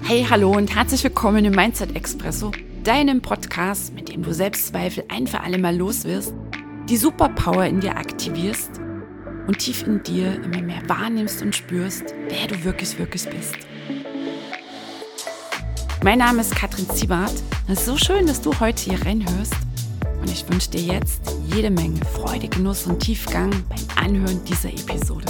Hey, hallo und herzlich willkommen im Mindset Expresso, deinem Podcast, mit dem du Selbstzweifel ein für alle Mal los wirst, die Superpower in dir aktivierst und tief in dir immer mehr wahrnimmst und spürst, wer du wirklich bist. Mein Name ist Katrin Ziebart. Es ist so schön, dass du heute hier reinhörst und ich wünsche dir jetzt jede Menge Freude, Genuss und Tiefgang beim Anhören dieser Episode.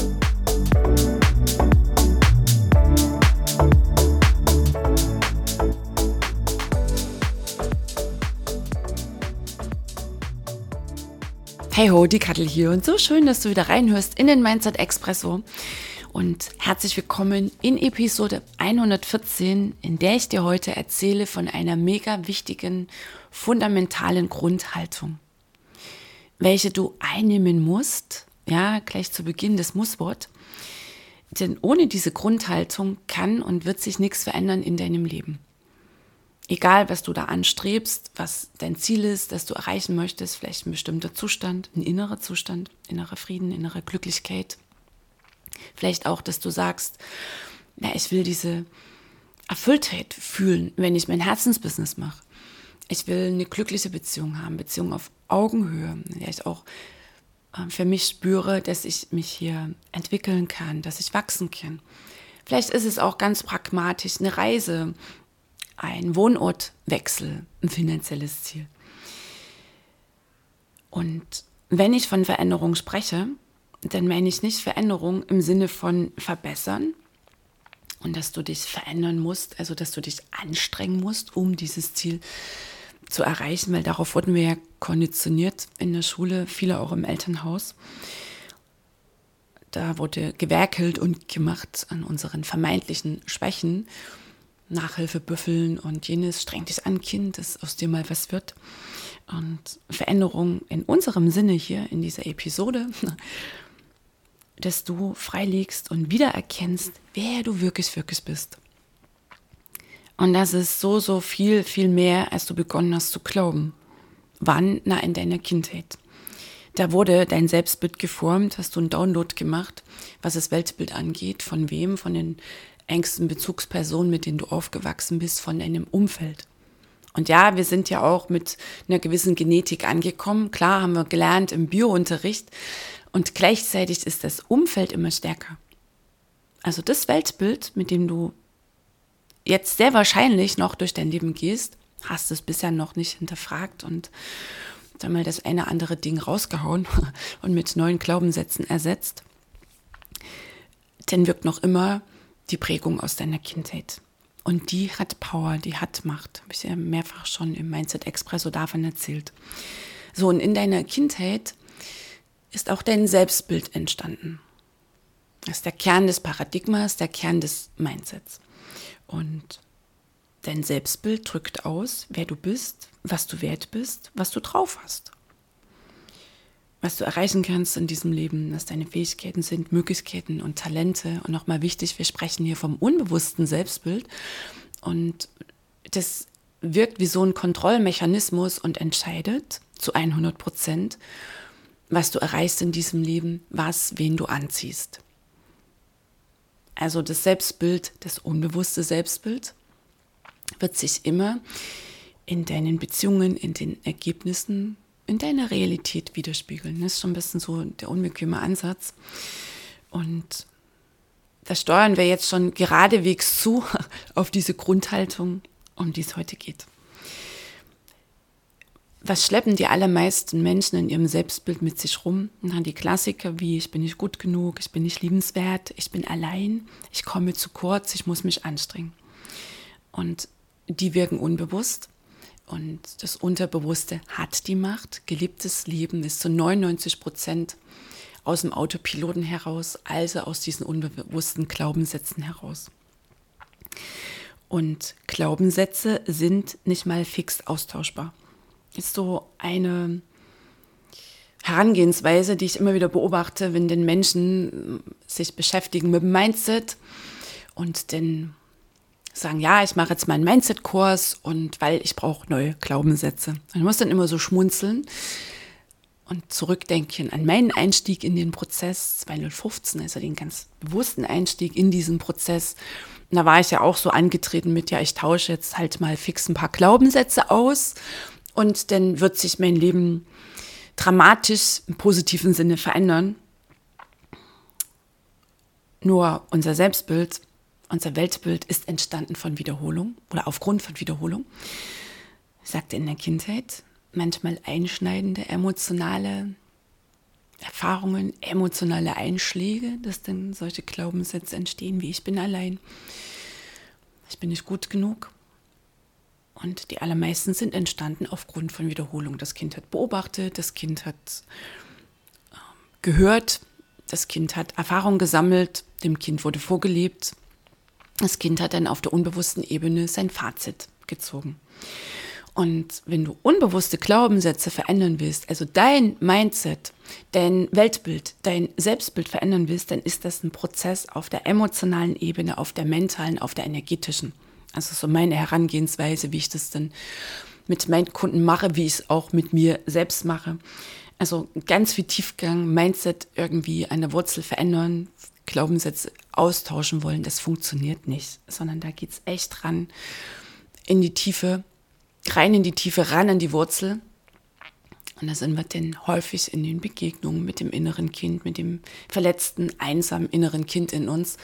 Hey ho, die Kattel hier und so schön, dass du wieder reinhörst in den Mindset Expresso und herzlich willkommen in Episode 114, in der ich dir heute erzähle von einer mega wichtigen, fundamentalen Grundhaltung, welche du einnehmen musst, ja, gleich zu Beginn des Musswort, denn ohne diese Grundhaltung kann und wird sich nichts verändern in deinem Leben. Egal, was du da anstrebst, was dein Ziel ist, das du erreichen möchtest, vielleicht ein bestimmter Zustand, ein innerer Zustand, innerer Frieden, innere Glücklichkeit. Vielleicht auch, dass du sagst, ich will diese Erfülltheit fühlen, wenn ich mein Herzensbusiness mache. Ich will eine glückliche Beziehung haben, Beziehung auf Augenhöhe, in der ich auch für mich spüre, dass ich mich hier entwickeln kann, dass ich wachsen kann. Vielleicht ist es auch ganz pragmatisch eine Reise, ein Wohnortwechsel, ein finanzielles Ziel. Und wenn ich von Veränderung spreche, dann meine ich nicht Veränderung im Sinne von verbessern und dass du dich verändern musst, also dass du dich anstrengen musst, um dieses Ziel zu erreichen, weil darauf wurden wir ja konditioniert in der Schule, viele auch im Elternhaus. Da wurde gewerkelt und gemacht an unseren vermeintlichen Schwächen, Nachhilfe büffeln und jenes, streng dich an, Kind, dass aus dir mal was wird. Und Veränderung in unserem Sinne hier in dieser Episode, dass du freilegst und wiedererkennst, wer du wirklich bist. Und das ist so viel mehr, als du begonnen hast zu glauben. Wann? In deiner Kindheit. Da wurde dein Selbstbild geformt, hast du einen Download gemacht, was das Weltbild angeht. Von wem? Von den engsten Bezugspersonen, mit denen du aufgewachsen bist, von deinem Umfeld. Und ja, wir sind ja auch mit einer gewissen Genetik angekommen. Klar, haben wir gelernt im Biounterricht. Und gleichzeitig ist das Umfeld immer stärker. Also das Weltbild, mit dem du jetzt sehr wahrscheinlich noch durch dein Leben gehst, hast es bisher noch nicht hinterfragt und dann mal das eine andere Ding rausgehauen und mit neuen Glaubenssätzen ersetzt. Denn wirkt noch immer die Prägung aus deiner Kindheit. Und die hat Power, die hat Macht. Habe ich ja mehrfach schon im Mindset Expresso davon erzählt. So, und in deiner Kindheit ist auch dein Selbstbild entstanden. Das ist der Kern des Paradigmas, der Kern des Mindsets. Und dein Selbstbild drückt aus, wer du bist, was du wert bist, was du drauf hast. Was du erreichen kannst in diesem Leben, was deine Fähigkeiten sind, Möglichkeiten und Talente. Und nochmal wichtig, wir sprechen hier vom unbewussten Selbstbild. Und das wirkt wie so ein Kontrollmechanismus und entscheidet zu 100%, was du erreichst in diesem Leben, wen du anziehst. Also das Selbstbild, das unbewusste Selbstbild, wird sich immer in deinen Beziehungen, in den Ergebnissen, in deiner Realität widerspiegeln. Das ist schon ein bisschen so der unbequeme Ansatz. Und da steuern wir jetzt schon geradewegs zu auf diese Grundhaltung, um die es heute geht. Was schleppen die allermeisten Menschen in ihrem Selbstbild mit sich rum? Die Klassiker wie, ich bin nicht gut genug, ich bin nicht liebenswert, ich bin allein, ich komme zu kurz, ich muss mich anstrengen. Und die wirken unbewusst. Und das Unterbewusste hat die Macht. Gelebtes Leben ist zu 99% aus dem Autopiloten heraus, also aus diesen unbewussten Glaubenssätzen heraus. Und Glaubenssätze sind nicht mal fix austauschbar. Ist so eine Herangehensweise, die ich immer wieder beobachte, wenn den Menschen sich beschäftigen mit dem Mindset und dann sagen, ja, ich mache jetzt mal einen Mindset-Kurs und weil ich brauche neue Glaubenssätze. Und ich muss dann immer so schmunzeln und zurückdenken an meinen Einstieg in den Prozess 2015, also den ganz bewussten Einstieg in diesen Prozess, Und da war ich ja auch so angetreten mit, ja, ich tausche jetzt halt mal fix ein paar Glaubenssätze aus und dann wird sich mein Leben dramatisch im positiven Sinne verändern. Nur unser Selbstbild, unser Weltbild ist entstanden von Wiederholung oder aufgrund von Wiederholung. Ich sagte in der Kindheit, manchmal einschneidende emotionale Erfahrungen, emotionale Einschläge, dass dann solche Glaubenssätze entstehen, wie ich bin allein, ich bin nicht gut genug. Und die allermeisten sind entstanden aufgrund von Wiederholung. Das Kind hat beobachtet, das Kind hat gehört, das Kind hat Erfahrung gesammelt, dem Kind wurde vorgelebt. Das Kind hat dann auf der unbewussten Ebene sein Fazit gezogen. Und wenn du unbewusste Glaubenssätze verändern willst, also dein Mindset, dein Weltbild, dein Selbstbild verändern willst, dann ist das ein Prozess auf der emotionalen Ebene, auf der mentalen, auf der energetischen. Also so meine Herangehensweise, wie ich das dann mit meinen Kunden mache, wie ich es auch mit mir selbst mache. Also ganz viel Tiefgang, Mindset irgendwie an der Wurzel verändern, Glaubenssätze austauschen wollen, das funktioniert nicht, sondern da geht es echt ran in die Tiefe, rein in die Tiefe, ran an die Wurzel. Und da sind wir dann häufig in den Begegnungen mit dem inneren Kind, mit dem verletzten, einsamen inneren Kind in uns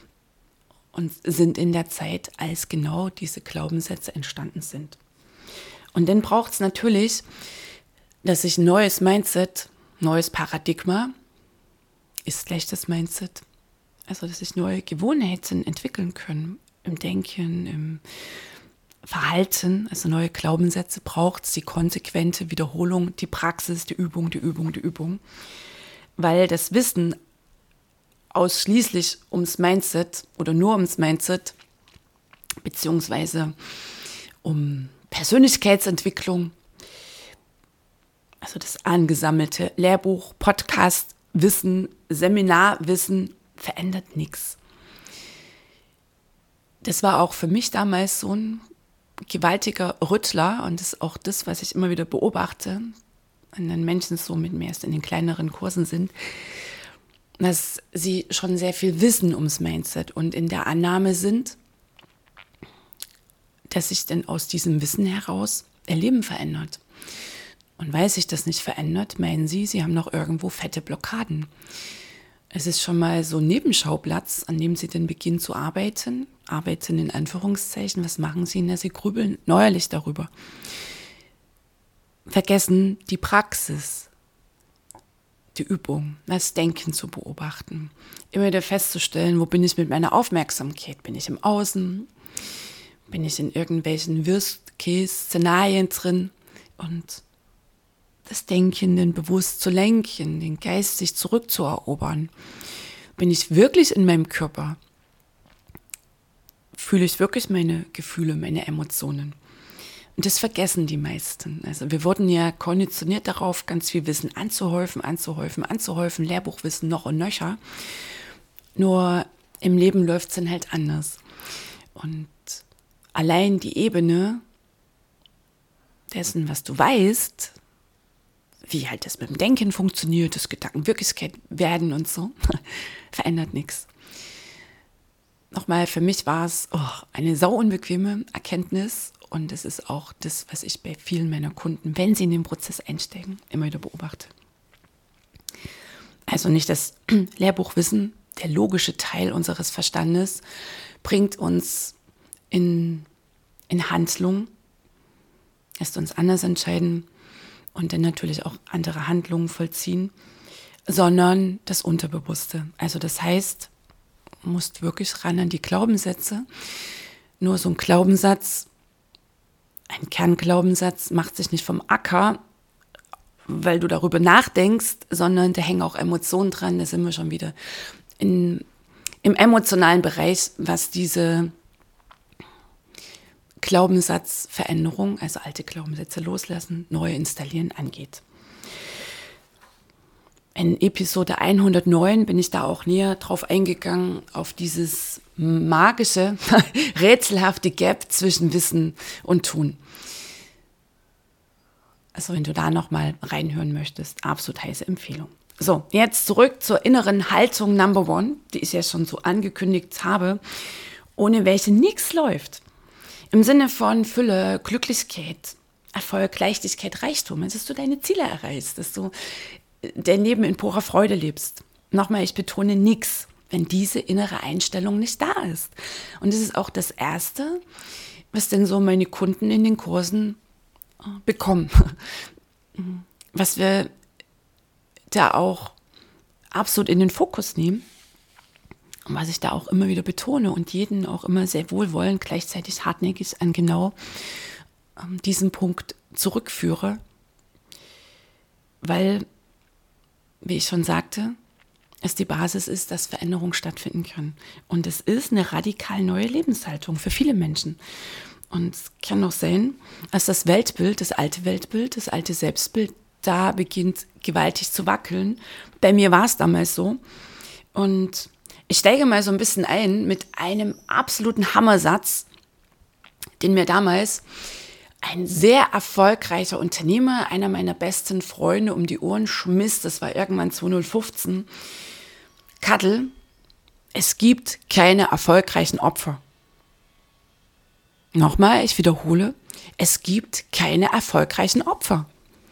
und sind in der Zeit, als genau diese Glaubenssätze entstanden sind. Und dann braucht es natürlich, dass sich ein neues Mindset, neues Paradigma, ist gleich das Mindset, also dass sich neue Gewohnheiten entwickeln können im Denken, im Verhalten, also neue Glaubenssätze braucht es, die konsequente Wiederholung, die Praxis, die Übung, die Übung, die Übung. Weil das Wissen ausschließlich ums Mindset oder nur ums Mindset, beziehungsweise um Persönlichkeitsentwicklung, also das angesammelte Lehrbuch, Podcast, Wissen, Seminarwissen verändert nichts. Das war auch für mich damals so ein gewaltiger Rüttler und das ist auch das, was ich immer wieder beobachte, wenn dann Menschen so mit mir erst in den kleineren Kursen sind, dass sie schon sehr viel wissen ums Mindset und in der Annahme sind, dass sich dann aus diesem Wissen heraus ihr Leben verändert. Und weil sich das nicht verändert, meinen sie, sie haben noch irgendwo fette Blockaden. Es ist schon mal so ein Nebenschauplatz, an dem sie dann beginnen zu arbeiten in Anführungszeichen. Was machen sie? Na, sie grübeln neuerlich darüber. Vergessen die Praxis, die Übung, das Denken zu beobachten. Immer wieder festzustellen, wo bin ich mit meiner Aufmerksamkeit? Bin ich im Außen? Bin ich in irgendwelchen Worst-Case-Szenarien drin? Und das Denken dann bewusst zu lenken, den Geist sich zurückzuerobern. Bin ich wirklich in meinem Körper? Fühle ich wirklich meine Gefühle, meine Emotionen? Und das vergessen die meisten. Also wir wurden ja konditioniert darauf, ganz viel Wissen anzuhäufen, Lehrbuchwissen noch und nöcher. Nur im Leben läuft es dann halt anders. Und allein die Ebene dessen, was du weißt, wie halt das mit dem Denken funktioniert, das Gedanken Wirklichkeit werden und so, verändert nichts. Nochmal, für mich war es eine sauunbequeme Erkenntnis und es ist auch das, was ich bei vielen meiner Kunden, wenn sie in den Prozess einsteigen, immer wieder beobachte. Also nicht das Lehrbuchwissen, der logische Teil unseres Verstandes, bringt uns in Handlung, lässt uns anders entscheiden und dann natürlich auch andere Handlungen vollziehen, sondern das Unterbewusste. Also das heißt, du musst wirklich ran an die Glaubenssätze. Nur so ein Glaubenssatz, ein Kernglaubenssatz macht sich nicht vom Acker, weil du darüber nachdenkst, sondern da hängen auch Emotionen dran. Da sind wir schon wieder im emotionalen Bereich, was diese Glaubenssatzveränderung, also alte Glaubenssätze loslassen, neue installieren angeht. In Episode 109 bin ich da auch näher drauf eingegangen, auf dieses magische, rätselhafte Gap zwischen Wissen und Tun. Also wenn du da nochmal reinhören möchtest, absolut heiße Empfehlung. So, jetzt zurück zur inneren Haltung Number 1, die ich ja schon so angekündigt habe. ohne welche nichts läuft. Im Sinne von Fülle, Glücklichkeit, Erfolg, Leichtigkeit, Reichtum, dass du deine Ziele erreichst, dass du dein Leben in purer Freude lebst. Nochmal, ich betone nichts, wenn diese innere Einstellung nicht da ist. Und das ist auch das Erste, was denn so meine Kunden in den Kursen bekommen. Was wir da auch absolut in den Fokus nehmen und was ich da auch immer wieder betone und jeden auch immer sehr wohlwollend, gleichzeitig hartnäckig an genau diesen Punkt zurückführe, weil, wie ich schon sagte, es die Basis ist, dass Veränderung stattfinden kann. Und es ist eine radikal neue Lebenshaltung für viele Menschen. Und es kann auch sein, dass das Weltbild, das alte Selbstbild, da beginnt gewaltig zu wackeln. Bei mir war es damals so. Und ich steige mal so ein bisschen ein mit einem absoluten Hammersatz, den mir damals ein sehr erfolgreicher Unternehmer, einer meiner besten Freunde, um die Ohren schmiss. Das war irgendwann 2015. Kattel, es gibt keine erfolgreichen Opfer. Nochmal, ich wiederhole, es gibt keine erfolgreichen Opfer.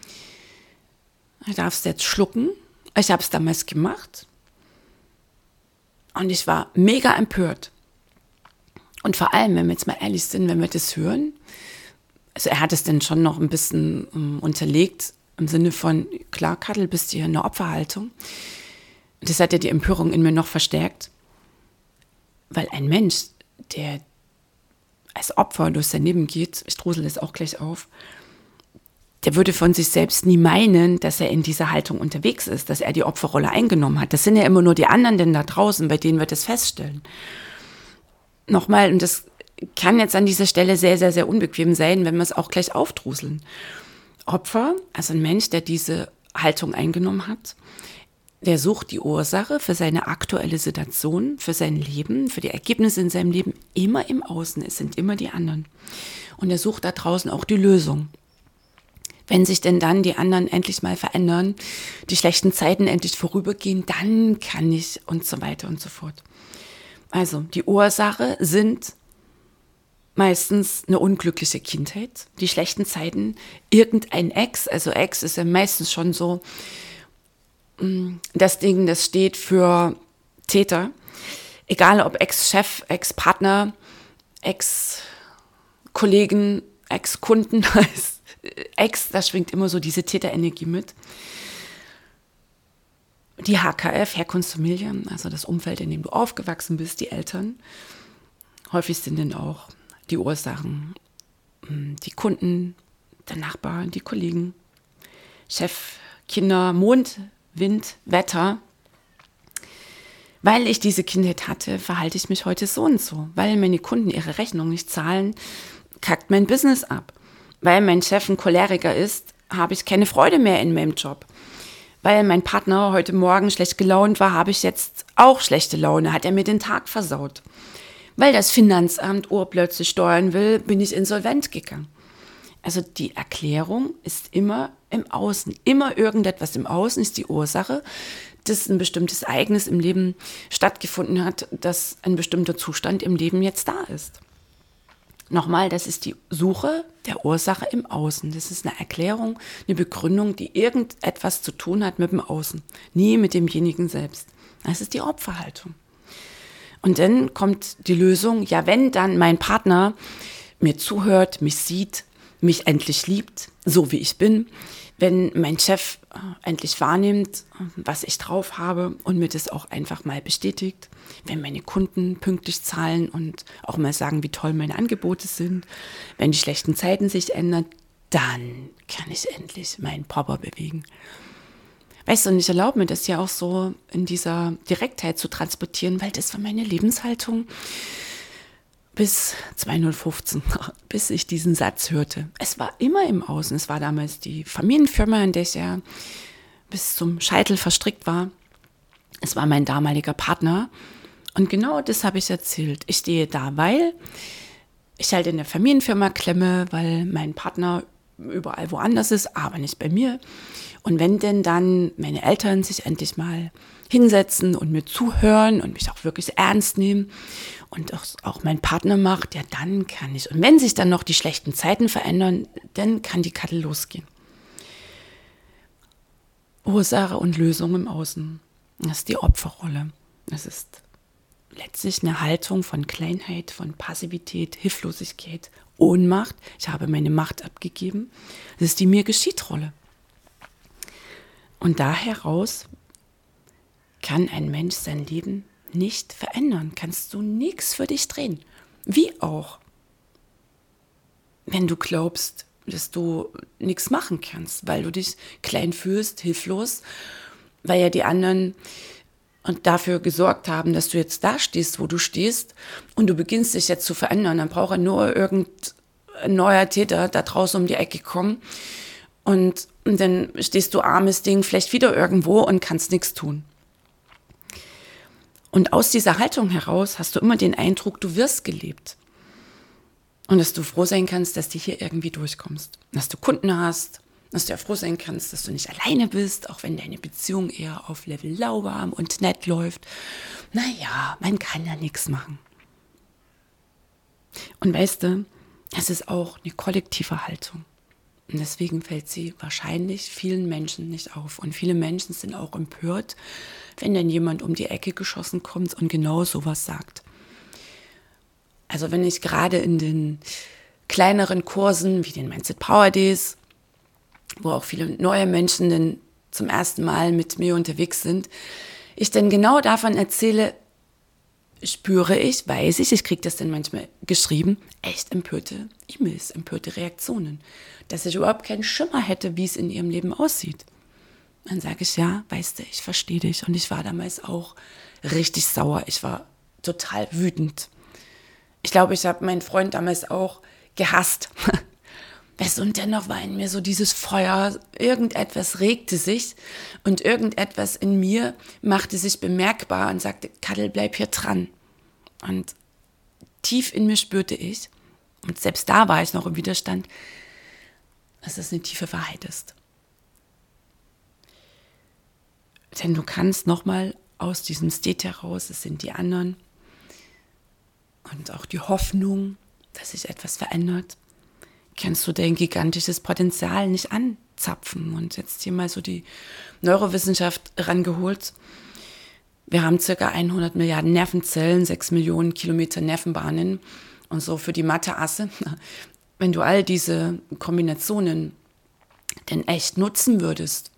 Du darfst jetzt schlucken. Ich habe es damals gemacht. Und ich war mega empört. Und vor allem, wenn wir jetzt mal ehrlich sind, wenn wir das hören, also er hat es dann schon noch ein bisschen unterlegt, im Sinne von, klar, Kattel, bist du hier in der Opferhaltung. Das hat ja die Empörung in mir noch verstärkt, weil ein Mensch, der als Opfer durch sein Leben geht, ich drosel das auch gleich auf, der würde von sich selbst nie meinen, dass er in dieser Haltung unterwegs ist, dass er die Opferrolle eingenommen hat. Das sind ja immer nur die anderen denn da draußen, bei denen wir das feststellen. Nochmal, und das kann jetzt an dieser Stelle sehr, sehr, sehr unbequem sein, wenn wir es auch gleich aufdruseln. Opfer, also ein Mensch, der diese Haltung eingenommen hat, der sucht die Ursache für seine aktuelle Situation, für sein Leben, für die Ergebnisse in seinem Leben immer im Außen. Es sind immer die anderen. Und er sucht da draußen auch die Lösung. Wenn sich denn dann die anderen endlich mal verändern, die schlechten Zeiten endlich vorübergehen, dann kann ich und so weiter und so fort. Also die Ursache sind meistens eine unglückliche Kindheit, die schlechten Zeiten, irgendein Ex, also Ex ist ja meistens schon so das Ding, das steht für Täter, egal ob Ex-Chef, Ex-Partner, Ex-Kollegen, Ex-Kunden, Ex, da schwingt immer so diese Täterenergie mit. Die HKF, Herkunftsfamilie, also das Umfeld, in dem du aufgewachsen bist, die Eltern, häufig sind dann auch die Ursachen, die Kunden, der Nachbar, die Kollegen, Chef, Kinder, Mond, Wind, Wetter. Weil ich diese Kindheit hatte, verhalte ich mich heute so und so. Weil meine Kunden ihre Rechnung nicht zahlen, kackt mein Business ab. Weil mein Chef ein Choleriker ist, habe ich keine Freude mehr in meinem Job. Weil mein Partner heute Morgen schlecht gelaunt war, habe ich jetzt auch schlechte Laune, hat er mir den Tag versaut. Weil das Finanzamt urplötzlich steuern will, bin ich insolvent gegangen. Also die Erklärung ist immer im Außen. Immer irgendetwas im Außen ist die Ursache, dass ein bestimmtes Ereignis im Leben stattgefunden hat, dass ein bestimmter Zustand im Leben jetzt da ist. Nochmal, das ist die Suche der Ursache im Außen. Das ist eine Erklärung, eine Begründung, die irgendetwas zu tun hat mit dem Außen, nie mit demjenigen selbst. Das ist die Opferhaltung. Und dann kommt die Lösung, ja, wenn dann mein Partner mir zuhört, mich sieht, mich endlich liebt, so wie ich bin, wenn mein Chef endlich wahrnimmt, was ich drauf habe und mir das auch einfach mal bestätigt, wenn meine Kunden pünktlich zahlen und auch mal sagen, wie toll meine Angebote sind, wenn die schlechten Zeiten sich ändern, dann kann ich endlich meinen Papa bewegen. Weißt du, und ich erlaube mir das ja auch so in dieser Direktheit zu transportieren, weil das war meine Lebenshaltung bis 2015, bis ich diesen Satz hörte. Es war immer im Außen. Es war damals die Familienfirma, in der ich ja bis zum Scheitel verstrickt war. Es war mein damaliger Partner. Und genau das habe ich erzählt. Ich stehe da, weil ich halt in der Familienfirma klemme, weil mein Partner überall woanders ist, aber nicht bei mir. Und wenn denn dann meine Eltern sich endlich mal hinsetzen und mir zuhören und mich auch wirklich ernst nehmen und auch mein Partner macht, ja, dann kann ich. Und wenn sich dann noch die schlechten Zeiten verändern, dann kann die Kattel losgehen. Ursache und Lösung im Außen. Das ist die Opferrolle. Das ist letztlich eine Haltung von Kleinheit, von Passivität, Hilflosigkeit, Ohnmacht. Ich habe meine Macht abgegeben. Das ist die Mir-geschieht-Rolle. Und da heraus kann ein Mensch sein Leben nicht verändern. Kannst du nichts für dich drehen. Wie auch, wenn du glaubst, dass du nichts machen kannst, weil du dich klein fühlst, hilflos, weil ja die anderen und dafür gesorgt haben, dass du jetzt da stehst, wo du stehst und du beginnst dich jetzt zu verändern. Dann braucht nur irgendein neuer Täter da draußen um die Ecke kommen und dann stehst du armes Ding vielleicht wieder irgendwo und kannst nichts tun. Und aus dieser Haltung heraus hast du immer den Eindruck, du wirst gelebt. Und dass du froh sein kannst, dass du hier irgendwie durchkommst. Dass du Kunden hast, dass du ja froh sein kannst, dass du nicht alleine bist, auch wenn deine Beziehung eher auf Level lauwarm und nett läuft. Naja, man kann ja nichts machen. Und weißt du, es ist auch eine kollektive Haltung. Und deswegen fällt sie wahrscheinlich vielen Menschen nicht auf. Und viele Menschen sind auch empört, wenn dann jemand um die Ecke geschossen kommt und genau sowas sagt. Also wenn ich gerade in den kleineren Kursen wie den Mindset Power Days, wo auch viele neue Menschen dann zum ersten Mal mit mir unterwegs sind, ich dann genau davon erzähle, spüre ich, weiß ich kriege das dann manchmal geschrieben, echt empörte E-Mails, empörte Reaktionen, dass ich überhaupt keinen Schimmer hätte, wie es in ihrem Leben aussieht. Dann sage ich, ja, weißt du, ich verstehe dich und ich war damals auch richtig sauer, ich war total wütend. Ich glaube, ich habe meinen Freund damals auch gehasst. Und dennoch war in mir so dieses Feuer, irgendetwas regte sich und irgendetwas in mir machte sich bemerkbar und sagte, Kattel, bleib hier dran. Und tief in mir spürte ich, und selbst da war ich noch im Widerstand, dass es eine tiefe Wahrheit ist. Denn du kannst nochmal aus diesem State heraus, es sind die anderen, und auch die Hoffnung, dass sich etwas verändert, kannst du dein gigantisches Potenzial nicht anzapfen. Und jetzt hier mal so die Neurowissenschaft rangeholt. Wir haben ca. 100 Milliarden Nervenzellen, 6 Millionen Kilometer Nervenbahnen. Und so für die Mathe-Asse, wenn du all diese Kombinationen denn echt nutzen würdest,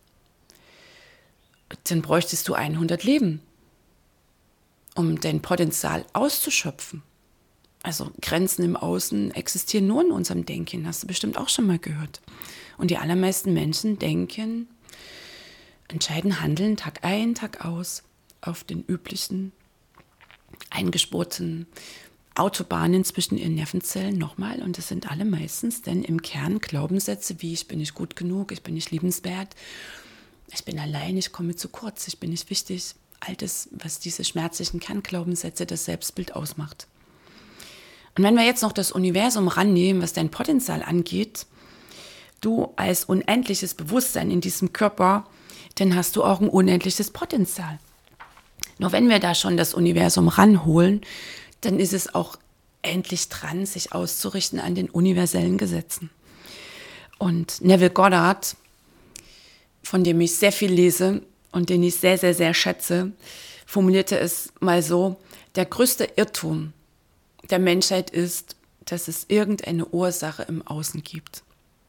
dann bräuchtest du 100 Leben, um dein Potenzial auszuschöpfen. Also Grenzen im Außen existieren nur in unserem Denken, hast du bestimmt auch schon mal gehört. Und die allermeisten Menschen denken, entscheiden, handeln Tag ein, Tag aus auf den üblichen, eingespurten Autobahnen zwischen ihren Nervenzellen nochmal. Und das sind alle meistens denn im Kern Glaubenssätze wie ich bin nicht gut genug, ich bin nicht liebenswert, ich bin allein, ich komme zu kurz, ich bin nicht wichtig. All das, was diese schmerzlichen Kernglaubenssätze das Selbstbild ausmacht. Und wenn wir jetzt noch das Universum rannehmen, was dein Potenzial angeht, du als unendliches Bewusstsein in diesem Körper, dann hast du auch ein unendliches Potenzial. Nur wenn wir da schon das Universum ranholen, dann ist es auch endlich dran, sich auszurichten an den universellen Gesetzen. Und Neville Goddard, von dem ich sehr viel lese und den ich sehr, sehr, sehr schätze, formulierte es mal so, der größte Irrtum der Menschheit ist, dass es irgendeine Ursache im Außen gibt.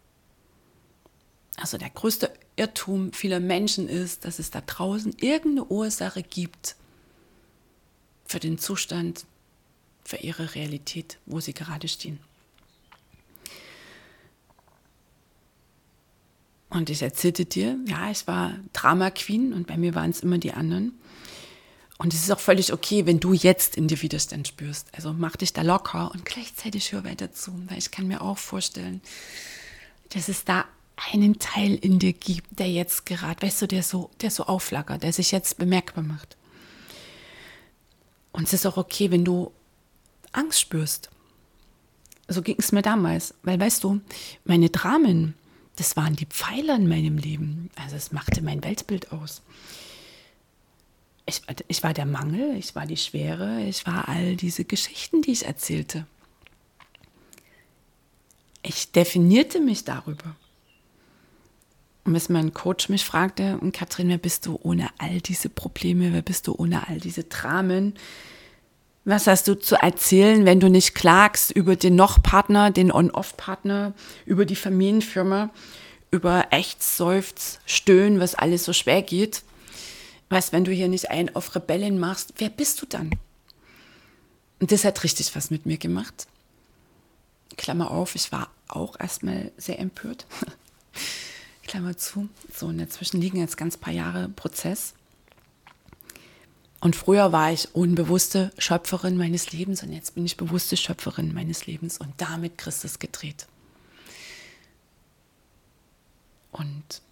Also der größte Irrtum vieler Menschen ist, dass es da draußen irgendeine Ursache gibt für den Zustand, für ihre Realität, wo sie gerade stehen. Und ich erzählte dir, ja, ich war Drama Queen und bei mir waren es immer die anderen. Und es ist auch völlig okay, wenn du jetzt in dir Widerstand spürst. Also mach dich da locker und gleichzeitig hör weiter zu, weil ich kann mir auch vorstellen, dass es da einen Teil in dir gibt, der jetzt gerade, weißt du, der so aufflackert, der sich jetzt bemerkbar macht. Und es ist auch okay, wenn du Angst spürst. So ging es mir damals, weil weißt du, meine Dramen, das waren die Pfeiler in meinem Leben. Also es machte mein Weltbild aus. Ich war der Mangel, ich war die Schwere, ich war all diese Geschichten, die ich erzählte. Ich definierte mich darüber. Und bis mein Coach mich fragte, und Katrin, wer bist du ohne all diese Probleme, wer bist du ohne all diese Dramen? Was hast du zu erzählen, wenn du nicht klagst über den Noch-Partner, den On-Off-Partner, über die Familienfirma, über Ächz, Seufz, Stöhnen, was alles so schwer geht? Was, wenn du hier nicht einen auf Rebellen machst, wer bist du dann? Und das hat richtig was mit mir gemacht. Klammer auf, ich war auch erstmal sehr empört. Klammer zu. So, und dazwischen liegen jetzt ganz paar Jahre Prozess. Und früher war ich unbewusste Schöpferin meines Lebens und jetzt bin ich bewusste Schöpferin meines Lebens und damit Christus gedreht. Und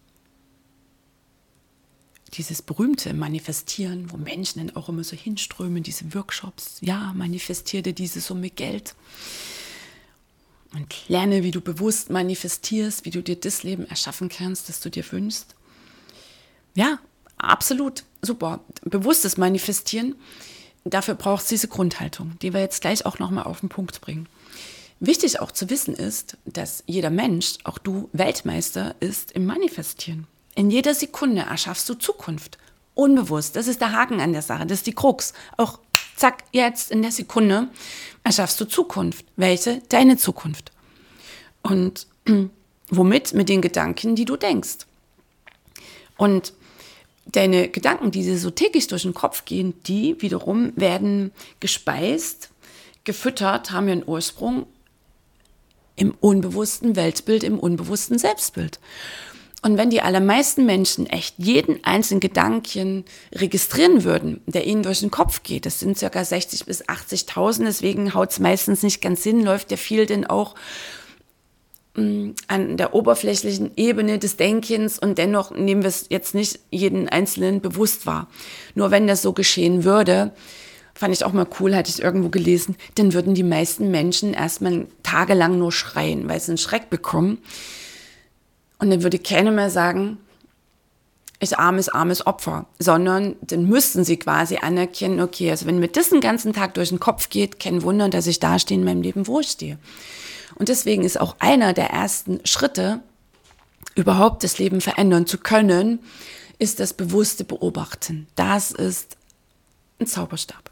dieses berühmte Manifestieren, wo Menschen dann auch immer so hinströmen, diese Workshops, ja, manifestiere dir diese Summe Geld und lerne, wie du bewusst manifestierst, wie du dir das Leben erschaffen kannst, das du dir wünschst. Ja, absolut, super. Bewusstes Manifestieren, dafür braucht es diese Grundhaltung, die wir jetzt gleich auch nochmal auf den Punkt bringen. Wichtig auch zu wissen ist, dass jeder Mensch, auch du, Weltmeister ist im Manifestieren. In jeder Sekunde erschaffst du Zukunft. Unbewusst. Das ist der Haken an der Sache. Das ist die Krux. Auch zack, jetzt in der Sekunde erschaffst du Zukunft. Welche? Deine Zukunft. Und womit? Mit den Gedanken, die du denkst. Und deine Gedanken, die dir so täglich durch den Kopf gehen, die wiederum werden gespeist, gefüttert, haben ihren Ursprung im unbewussten Weltbild, im unbewussten Selbstbild. Und wenn die allermeisten Menschen echt jeden einzelnen Gedanken registrieren würden, der ihnen durch den Kopf geht, das sind ca. 60.000 bis 80.000, deswegen haut es meistens nicht ganz hin, läuft ja viel denn auch an der oberflächlichen Ebene des Denkens und dennoch nehmen wir es jetzt nicht jeden Einzelnen bewusst wahr. Nur wenn das so geschehen würde, fand ich auch mal cool, hatte ich irgendwo gelesen, dann würden die meisten Menschen erstmal tagelang nur schreien, weil sie einen Schreck bekommen. Und dann würde keiner mehr sagen, ich armes Opfer, sondern dann müssten sie quasi anerkennen, okay, also wenn mir das den ganzen Tag durch den Kopf geht, kein Wunder, dass ich da stehe in meinem Leben, wo ich stehe. Und deswegen ist auch einer der ersten Schritte, überhaupt das Leben verändern zu können, ist das bewusste Beobachten. Das ist ein Zauberstab.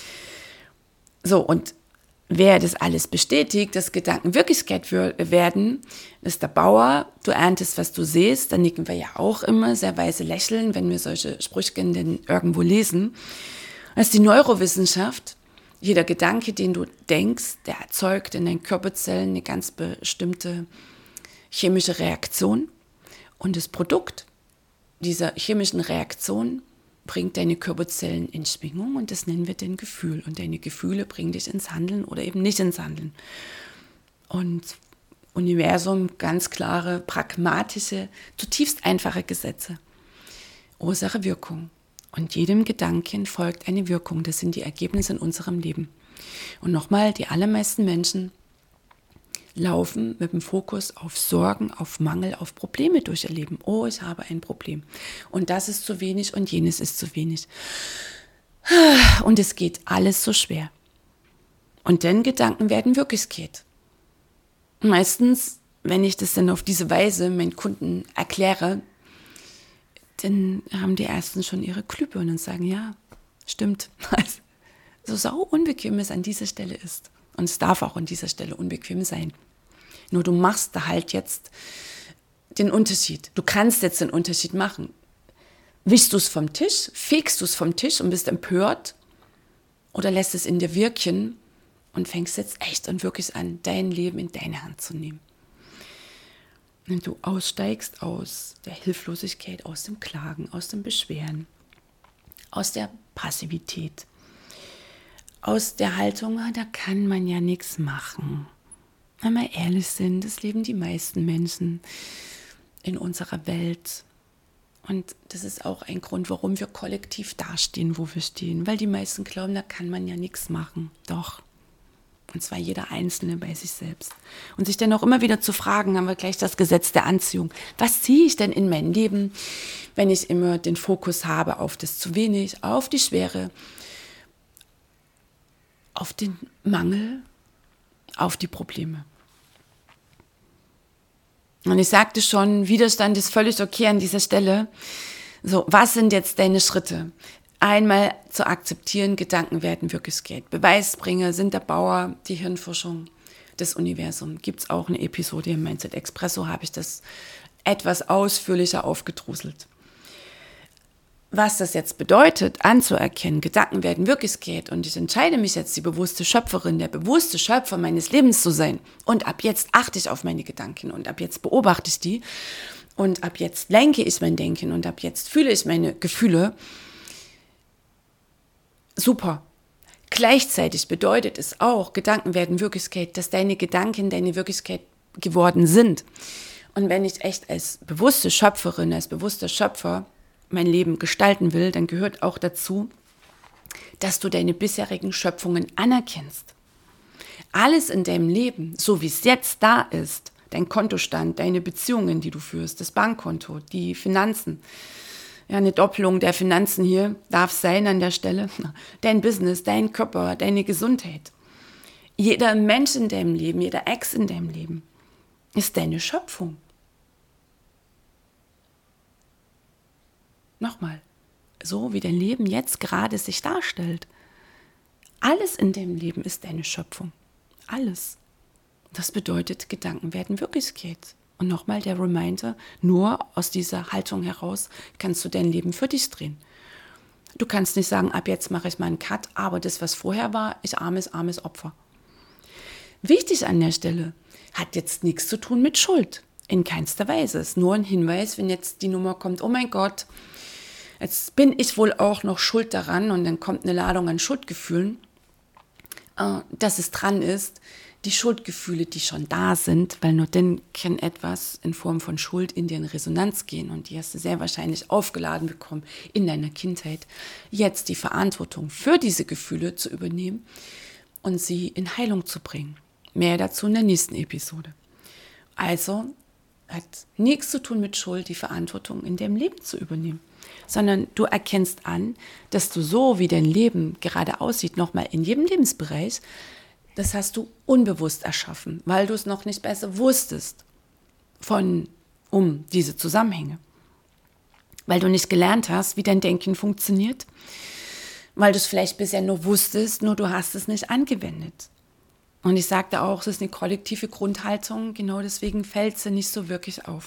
So, und wer das alles bestätigt, dass Gedanken Wirklichkeit werden, ist der Bauer. Du erntest, was du siehst. Da nicken wir ja auch immer sehr weise lächeln, wenn wir solche Sprüche denn irgendwo lesen. Das ist die Neurowissenschaft. Jeder Gedanke, den du denkst, der erzeugt in deinen Körperzellen eine ganz bestimmte chemische Reaktion. Und das Produkt dieser chemischen Reaktion bringt deine Körperzellen in Schwingung und das nennen wir den Gefühl. Und deine Gefühle bringen dich ins Handeln oder eben nicht ins Handeln. Und Universum, ganz klare, pragmatische, zutiefst einfache Gesetze. Ursache, Wirkung. Und jedem Gedanken folgt eine Wirkung. Das sind die Ergebnisse in unserem Leben. Und nochmal, die allermeisten Menschen laufen mit dem Fokus auf Sorgen, auf Mangel, auf Probleme durch ihr Leben. Oh, ich habe ein Problem. Und das ist zu wenig und jenes ist zu wenig. Und es geht alles so schwer. Und denn Gedanken werden Wirklichkeit. Meistens, wenn ich das dann auf diese Weise meinen Kunden erkläre, dann haben die Ersten schon ihre Glühbirnen und sagen, ja, stimmt. So sau unbequem es an dieser Stelle ist. Und es darf auch an dieser Stelle unbequem sein. Nur du machst da halt jetzt den Unterschied. Du kannst jetzt den Unterschied machen. Wischst du es vom Tisch, fegst du es vom Tisch und bist empört oder lässt es in dir wirken und fängst jetzt echt und wirklich an, dein Leben in deine Hand zu nehmen. Wenn du aussteigst aus der Hilflosigkeit, aus dem Klagen, aus dem Beschweren, aus der Passivität, aus der Haltung, da kann man ja nichts machen. Wenn wir ehrlich sind, das leben die meisten Menschen in unserer Welt. Und das ist auch ein Grund, warum wir kollektiv dastehen, wo wir stehen. Weil die meisten glauben, da kann man ja nichts machen. Doch, Und zwar jeder Einzelne bei sich selbst. Und sich dann auch immer wieder zu fragen, haben wir gleich das Gesetz der Anziehung. Was ziehe ich denn in mein Leben, wenn ich immer den Fokus habe auf das zu wenig, auf die Schwere, auf den Mangel, auf die Probleme? Und ich sagte schon, Widerstand ist völlig okay an dieser Stelle. So, was sind jetzt deine Schritte? Einmal zu akzeptieren, Gedanken werden Wirklichkeit. Beweisbringer sind der Bauer, die Hirnforschung, das Universum. Gibt es auch eine Episode im Mindset Expresso, habe ich das etwas ausführlicher aufgedröselt. Was das jetzt bedeutet, anzuerkennen, Gedanken werden Wirklichkeit und ich entscheide mich jetzt, die bewusste Schöpferin, der bewusste Schöpfer meines Lebens zu sein. Und ab jetzt achte ich auf meine Gedanken und ab jetzt beobachte ich die und ab jetzt lenke ich mein Denken und ab jetzt fühle ich meine Gefühle. Super. Gleichzeitig bedeutet es auch, Gedanken werden Wirklichkeit, dass deine Gedanken deine Wirklichkeit geworden sind. Und wenn ich echt als bewusste Schöpferin, als bewusster Schöpfer mein Leben gestalten will, dann gehört auch dazu, dass du deine bisherigen Schöpfungen anerkennst. Alles in deinem Leben, so wie es jetzt da ist, dein Kontostand, deine Beziehungen, die du führst, das Bankkonto, die Finanzen, ja, eine Doppelung der Finanzen hier darf sein an der Stelle, dein Business, dein Körper, deine Gesundheit. Jeder Mensch in deinem Leben, jeder Ex in deinem Leben ist deine Schöpfung. Nochmal, so wie dein Leben jetzt gerade sich darstellt. Alles in deinem Leben ist deine Schöpfung. Alles. Das bedeutet, Gedanken werden Wirklichkeit. Und nochmal der Reminder, nur aus dieser Haltung heraus kannst du dein Leben für dich drehen. Du kannst nicht sagen, ab jetzt mache ich mal einen Cut, aber das, was vorher war, ist armes Opfer. Wichtig an der Stelle, hat jetzt nichts zu tun mit Schuld. In keinster Weise. Es ist nur ein Hinweis, wenn jetzt die Nummer kommt, oh mein Gott, jetzt bin ich wohl auch noch schuld daran und dann kommt eine Ladung an Schuldgefühlen, dass es dran ist, die Schuldgefühle, die schon da sind, weil nur dann kann etwas in Form von Schuld in dir in Resonanz gehen und die hast du sehr wahrscheinlich aufgeladen bekommen in deiner Kindheit, jetzt die Verantwortung für diese Gefühle zu übernehmen und sie in Heilung zu bringen. Mehr dazu in der nächsten Episode. Also hat nichts zu tun mit Schuld, die Verantwortung in deinem Leben zu übernehmen, sondern du erkennst an, dass du so, wie dein Leben gerade aussieht, nochmal in jedem Lebensbereich, das hast du unbewusst erschaffen, weil du es noch nicht besser wusstest um diese Zusammenhänge. Weil du nicht gelernt hast, wie dein Denken funktioniert, weil du es vielleicht bisher nur wusstest, nur du hast es nicht angewendet. Und ich sagte auch, es ist eine kollektive Grundhaltung, genau deswegen fällt sie nicht so wirklich auf.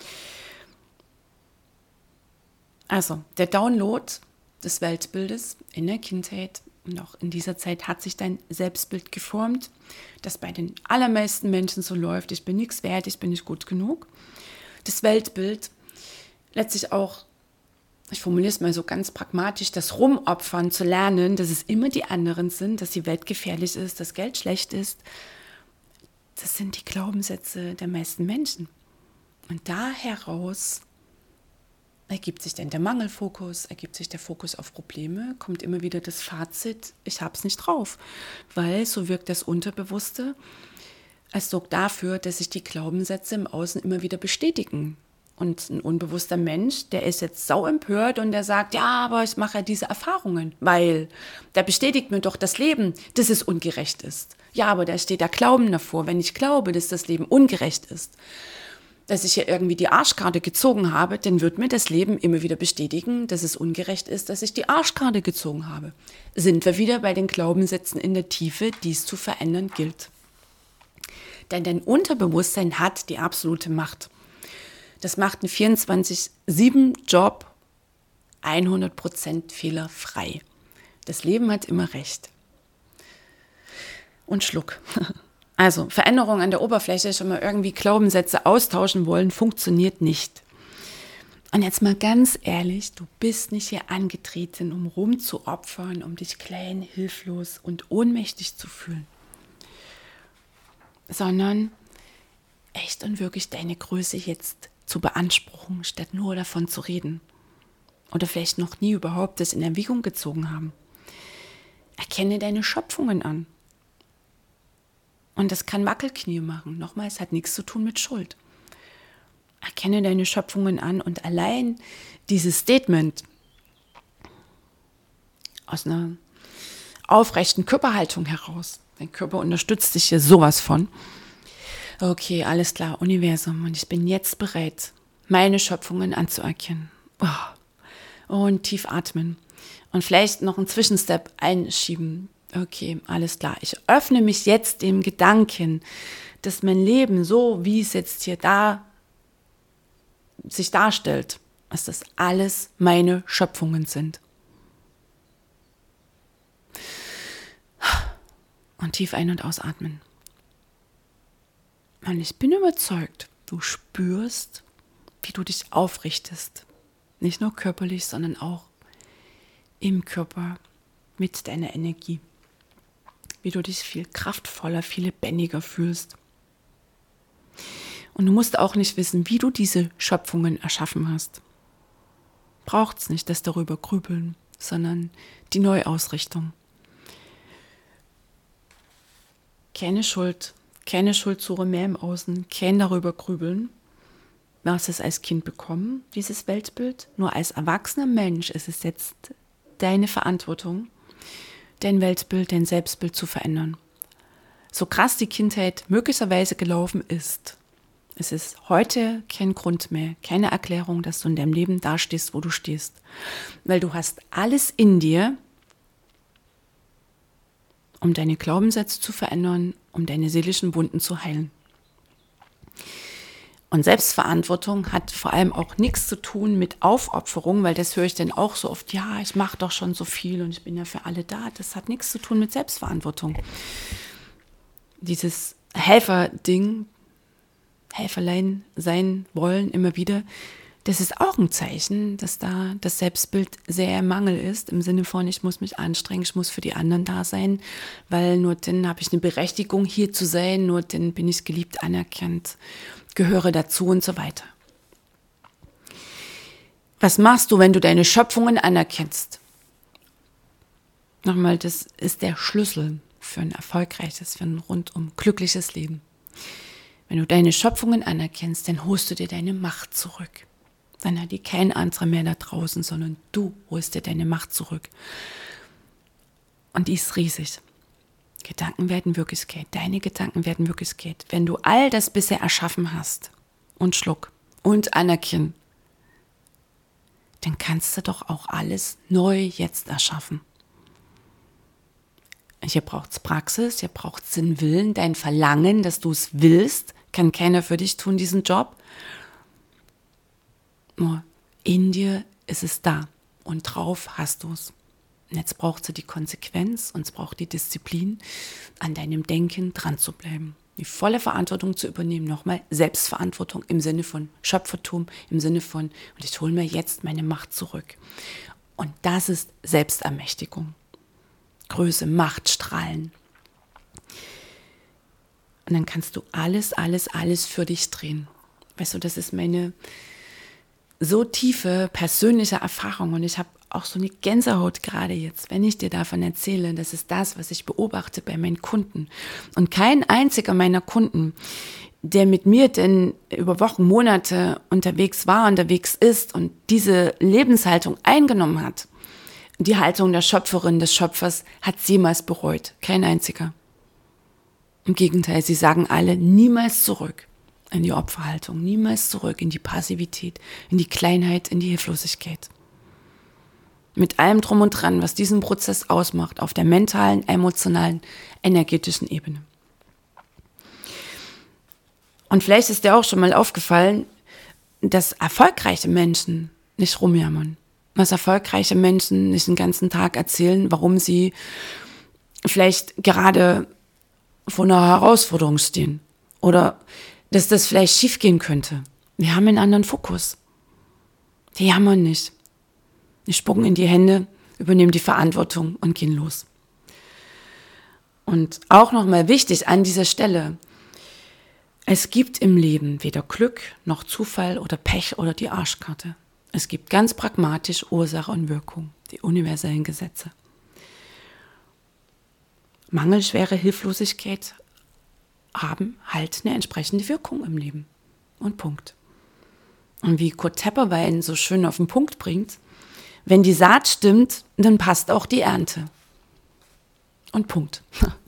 Also, der Download des Weltbildes in der Kindheit und auch in dieser Zeit hat sich dein Selbstbild geformt, das bei den allermeisten Menschen so läuft, ich bin nichts wert, ich bin nicht gut genug. Das Weltbild letztlich auch, ich formuliere es mal so ganz pragmatisch, das Rumopfern zu lernen, dass es immer die anderen sind, dass die Welt gefährlich ist, dass Geld schlecht ist. Das sind die Glaubenssätze der meisten Menschen. Und da heraus ergibt sich dann der Mangelfokus, ergibt sich der Fokus auf Probleme, kommt immer wieder das Fazit, ich habe es nicht drauf, weil so wirkt das Unterbewusste, es sorgt dafür, dass sich die Glaubenssätze im Außen immer wieder bestätigen. Und ein unbewusster Mensch, der ist jetzt sau empört und der sagt, ja, aber ich mache ja diese Erfahrungen, weil der bestätigt mir doch das Leben, dass es ungerecht ist. Ja, aber da steht der Glauben davor, wenn ich glaube, dass das Leben ungerecht ist, dass ich hier irgendwie die Arschkarte gezogen habe, dann wird mir das Leben immer wieder bestätigen, dass es ungerecht ist, dass ich die Arschkarte gezogen habe. Sind wir wieder bei den Glaubenssätzen in der Tiefe, die es zu verändern gilt. Denn dein Unterbewusstsein hat die absolute Macht. Das macht einen 24/7-Job 100% fehlerfrei. Das Leben hat immer recht. Und Schluck. Also, Veränderung an der Oberfläche, schon mal irgendwie Glaubenssätze austauschen wollen, funktioniert nicht. Und jetzt mal ganz ehrlich, du bist nicht hier angetreten, um rumzuopfern, um dich klein, hilflos und ohnmächtig zu fühlen, sondern echt und wirklich deine Größe jetzt zu beanspruchen, statt nur davon zu reden. Oder vielleicht noch nie überhaupt das in Erwägung gezogen haben. Erkenne deine Schöpfungen an. Und das kann Wackelknie machen. Nochmal, es hat nichts zu tun mit Schuld. Erkenne deine Schöpfungen an und allein dieses Statement aus einer aufrechten Körperhaltung heraus. Dein Körper unterstützt dich hier sowas von. Okay, alles klar, Universum. Und ich bin jetzt bereit, meine Schöpfungen anzuerkennen. Und tief atmen. Und vielleicht noch einen Zwischenstep einschieben. Okay, alles klar. Ich öffne mich jetzt dem Gedanken, dass mein Leben, so wie es jetzt hier sich darstellt, dass das alles meine Schöpfungen sind. Und tief ein- und ausatmen. Und ich bin überzeugt, du spürst, wie du dich aufrichtest. Nicht nur körperlich, sondern auch im Körper mit deiner Energie. Wie du dich viel kraftvoller, viel lebendiger fühlst. Und du musst auch nicht wissen, wie du diese Schöpfungen erschaffen hast. Braucht es nicht das darüber grübeln, sondern die Neuausrichtung. Keine Schuldsuche mehr im Außen, kein darüber grübeln. Du hast es als Kind bekommen, dieses Weltbild. Nur als erwachsener Mensch ist es jetzt deine Verantwortung, dein Weltbild, dein Selbstbild zu verändern. So krass die Kindheit möglicherweise gelaufen ist, es ist heute kein Grund mehr, keine Erklärung, dass du in deinem Leben dastehst, wo du stehst. Weil du hast alles in dir, um deine Glaubenssätze zu verändern, um deine seelischen Wunden zu heilen. Und Selbstverantwortung hat vor allem auch nichts zu tun mit Aufopferung, weil das höre ich dann auch so oft, ja, ich mache doch schon so viel und ich bin ja für alle da. Das hat nichts zu tun mit Selbstverantwortung. Dieses Helferding, Helferlein sein wollen immer wieder, das ist auch ein Zeichen, dass da das Selbstbild sehr im Mangel ist, im Sinne von, ich muss mich anstrengen, ich muss für die anderen da sein, weil nur dann habe ich eine Berechtigung, hier zu sein, nur dann bin ich geliebt, anerkannt, gehöre dazu und so weiter. Was machst du, wenn du deine Schöpfungen anerkennst? Nochmal, das ist der Schlüssel für ein erfolgreiches, für ein rundum glückliches Leben. Wenn du deine Schöpfungen anerkennst, dann holst du dir deine Macht zurück. Dann hat die kein anderer mehr da draußen, sondern du holst dir deine Macht zurück. Und die ist riesig. Gedanken werden Wirklichkeit. Deine Gedanken werden Wirklichkeit. Wenn du all das bisher erschaffen hast und schluck und anerkennen, dann kannst du doch auch alles neu jetzt erschaffen. Hier braucht es Praxis, hier braucht es den Willen, dein Verlangen, dass du es willst, kann keiner für dich tun, diesen Job. Nur in dir ist es da und drauf hast du es. Und jetzt braucht es die Konsequenz und es braucht die Disziplin, an deinem Denken dran zu bleiben. Die volle Verantwortung zu übernehmen, nochmal Selbstverantwortung im Sinne von Schöpfertum, im Sinne von, und ich hole mir jetzt meine Macht zurück. Und das ist Selbstermächtigung. Größe, Macht, Strahlen. Und dann kannst du alles für dich drehen. Weißt du, das ist meine so tiefe persönliche Erfahrung und ich habe auch so eine Gänsehaut gerade jetzt, wenn ich dir davon erzähle. Das ist das, was ich beobachte bei meinen Kunden. Und kein einziger meiner Kunden, der mit mir denn über Wochen, Monate unterwegs ist und diese Lebenshaltung eingenommen hat, die Haltung der Schöpferin, des Schöpfers, hat sie jemals bereut. Kein einziger. Im Gegenteil, sie sagen alle niemals zurück in die Opferhaltung, niemals zurück in die Passivität, in die Kleinheit, in die Hilflosigkeit. Mit allem drum und dran, was diesen Prozess ausmacht, auf der mentalen, emotionalen, energetischen Ebene. Und vielleicht ist dir auch schon mal aufgefallen, dass erfolgreiche Menschen nicht rumjammern. Dass erfolgreiche Menschen nicht den ganzen Tag erzählen, warum sie vielleicht gerade vor einer Herausforderung stehen. Oder dass das vielleicht schiefgehen könnte. Wir haben einen anderen Fokus. Die jammern nicht. Die spucken in die Hände, übernehmen die Verantwortung und gehen los. Und auch nochmal wichtig an dieser Stelle, es gibt im Leben weder Glück noch Zufall oder Pech oder die Arschkarte. Es gibt ganz pragmatisch Ursache und Wirkung, die universellen Gesetze. Mangelschwere Hilflosigkeit haben halt eine entsprechende Wirkung im Leben. Und Punkt. Und wie Kurt Tepperwein so schön auf den Punkt bringt, wenn die Saat stimmt, dann passt auch die Ernte. Und Punkt.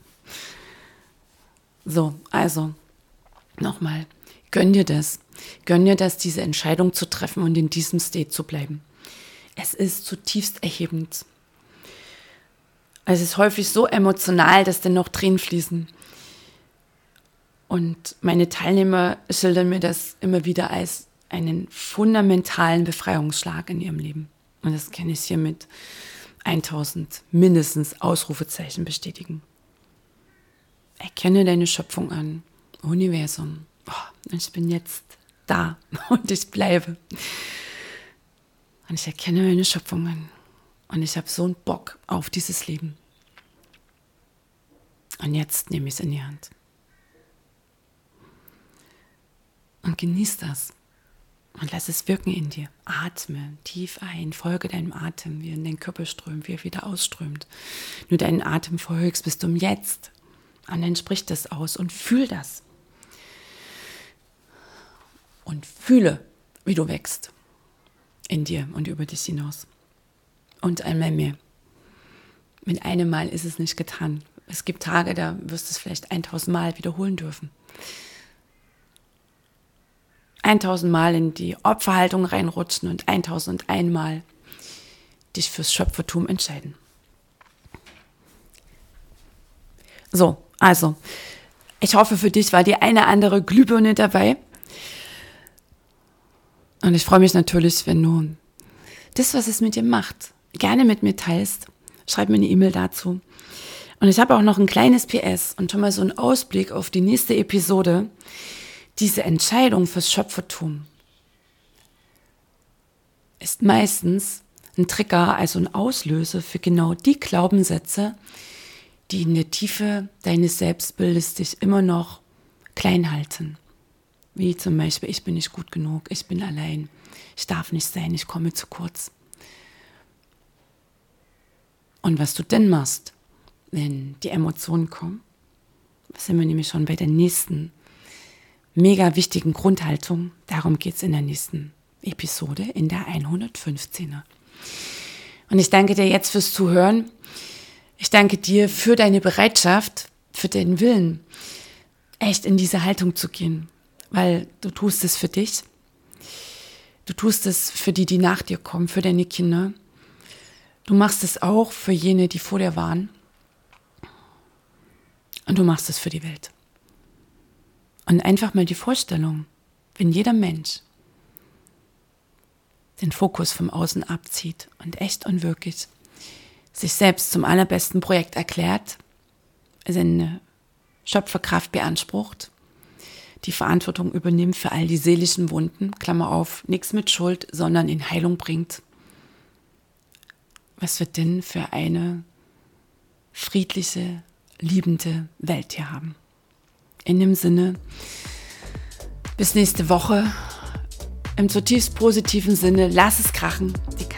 So, also nochmal, gönn dir das, diese Entscheidung zu treffen und in diesem State zu bleiben. Es ist zutiefst erhebend. Es ist häufig so emotional, dass dann noch Tränen fließen. Und meine Teilnehmer schildern mir das immer wieder als einen fundamentalen Befreiungsschlag in ihrem Leben. Und das kann ich hier mit 1000 mindestens Ausrufezeichen bestätigen. Erkenne deine Schöpfung an, Universum. Oh, ich bin jetzt da und ich bleibe. Und ich erkenne meine Schöpfung an. Und ich habe so einen Bock auf dieses Leben. Und jetzt nehme ich es in die Hand. Und genieß das. Und lass es wirken in dir. Atme tief ein, folge deinem Atem, wie er in den Körper strömt, wie er wieder ausströmt. Nur deinen Atem folgst, bist du im Jetzt. Und dann sprich das aus und fühl das. Und fühle, wie du wächst. In dir und über dich hinaus. Und einmal mehr. Mit einem Mal ist es nicht getan. Es gibt Tage, da wirst du es vielleicht 1000 Mal wiederholen dürfen. 1000 Mal in die Opferhaltung reinrutschen und 1001 Mal dich fürs Schöpfertum entscheiden. So, also, ich hoffe, für dich war die eine andere Glühbirne dabei. Und ich freue mich natürlich, wenn du das, was es mit dir macht, gerne mit mir teilst. Schreib mir eine E-Mail dazu. Und ich habe auch noch ein kleines PS und schon mal so einen Ausblick auf die nächste Episode. Diese Entscheidung fürs Schöpfertum ist meistens ein Trigger, also ein Auslöser für genau die Glaubenssätze, die in der Tiefe deines Selbstbildes dich immer noch klein halten. Wie zum Beispiel, ich bin nicht gut genug, ich bin allein, ich darf nicht sein, ich komme zu kurz. Und was du denn machst, wenn die Emotionen kommen, sind wir nämlich schon bei der nächsten mega wichtigen Grundhaltung. Darum geht es in der nächsten Episode, in der 115er. Und ich danke dir jetzt fürs Zuhören. Ich danke dir für deine Bereitschaft, für deinen Willen, echt in diese Haltung zu gehen. Weil du tust es für dich. Du tust es für die, die nach dir kommen, für deine Kinder. Du machst es auch für jene, die vor dir waren. Und du machst es für die Welt. Und einfach mal die Vorstellung, wenn jeder Mensch den Fokus vom Außen abzieht und echt und wirklich sich selbst zum allerbesten Projekt erklärt, seine Schöpferkraft beansprucht, die Verantwortung übernimmt für all die seelischen Wunden, Klammer auf, nichts mit Schuld, sondern in Heilung bringt. Was wird denn für eine friedliche, liebende Welt hier haben? In dem Sinne, bis nächste Woche. Im zutiefst positiven Sinne, lass es krachen. Die